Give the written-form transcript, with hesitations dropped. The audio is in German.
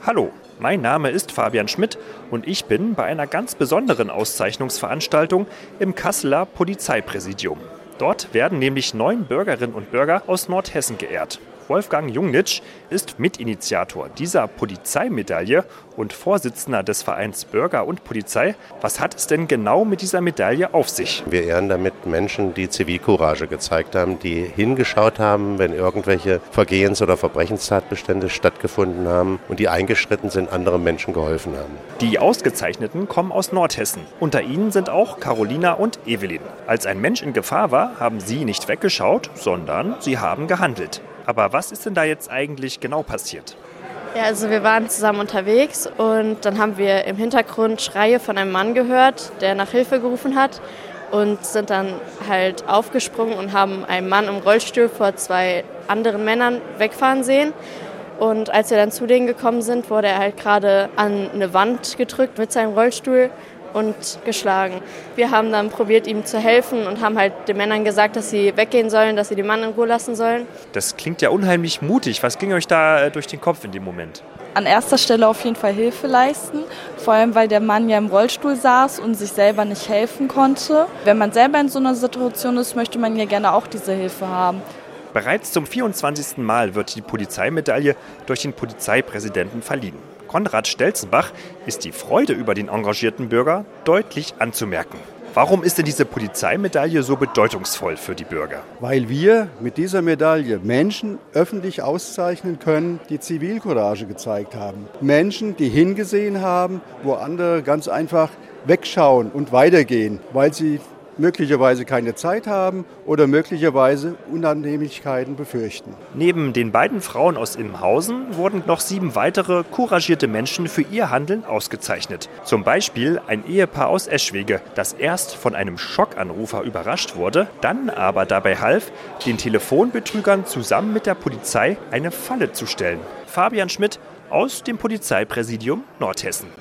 Hallo, mein Name ist Fabian Schmidt und ich bin bei einer ganz besonderen Auszeichnungsveranstaltung im Kasseler Polizeipräsidium. Dort werden nämlich 9 Bürgerinnen und Bürger aus Nordhessen geehrt. Wolfgang Jungnitsch ist Mitinitiator dieser Polizeimedaille und Vorsitzender des Vereins Bürger und Polizei. Was hat es denn genau mit dieser Medaille auf sich? Wir ehren damit Menschen, die Zivilcourage gezeigt haben, die hingeschaut haben, wenn irgendwelche Vergehens- oder Verbrechenstatbestände stattgefunden haben und die eingeschritten sind, anderen Menschen geholfen haben. Die Ausgezeichneten kommen aus Nordhessen. Unter ihnen sind auch Carolina und Evelyn. Als ein Mensch in Gefahr war, haben sie nicht weggeschaut, sondern sie haben gehandelt. Aber was ist denn da jetzt eigentlich genau passiert? Ja, also wir waren zusammen unterwegs und dann haben wir im Hintergrund Schreie von einem Mann gehört, der nach Hilfe gerufen hat und sind dann halt aufgesprungen und haben einen Mann im Rollstuhl vor 2 anderen Männern wegfahren sehen. Und als wir dann zu denen gekommen sind, wurde er halt gerade an eine Wand gedrückt mit seinem Rollstuhl und geschlagen. Wir haben dann probiert, ihm zu helfen und haben halt den Männern gesagt, dass sie weggehen sollen, dass sie den Mann in Ruhe lassen sollen. Das klingt ja unheimlich mutig. Was ging euch da durch den Kopf in dem Moment? An erster Stelle auf jeden Fall Hilfe leisten, vor allem weil der Mann ja im Rollstuhl saß und sich selber nicht helfen konnte. Wenn man selber in so einer Situation ist, möchte man ja gerne auch diese Hilfe haben. Bereits zum 24. Mal wird die Polizeimedaille durch den Polizeipräsidenten verliehen. Konrad Stelzenbach ist die Freude über den engagierten Bürger deutlich anzumerken. Warum ist denn diese Polizeimedaille so bedeutungsvoll für die Bürger? Weil wir mit dieser Medaille Menschen öffentlich auszeichnen können, die Zivilcourage gezeigt haben. Menschen, die hingesehen haben, wo andere ganz einfach wegschauen und weitergehen, weil sie möglicherweise keine Zeit haben oder möglicherweise Unannehmlichkeiten befürchten. Neben den beiden Frauen aus Immenhausen wurden noch 7 weitere couragierte Menschen für ihr Handeln ausgezeichnet. Zum Beispiel ein Ehepaar aus Eschwege, das erst von einem Schockanrufer überrascht wurde, dann aber dabei half, den Telefonbetrügern zusammen mit der Polizei eine Falle zu stellen. Fabian Schmidt aus dem Polizeipräsidium Nordhessen.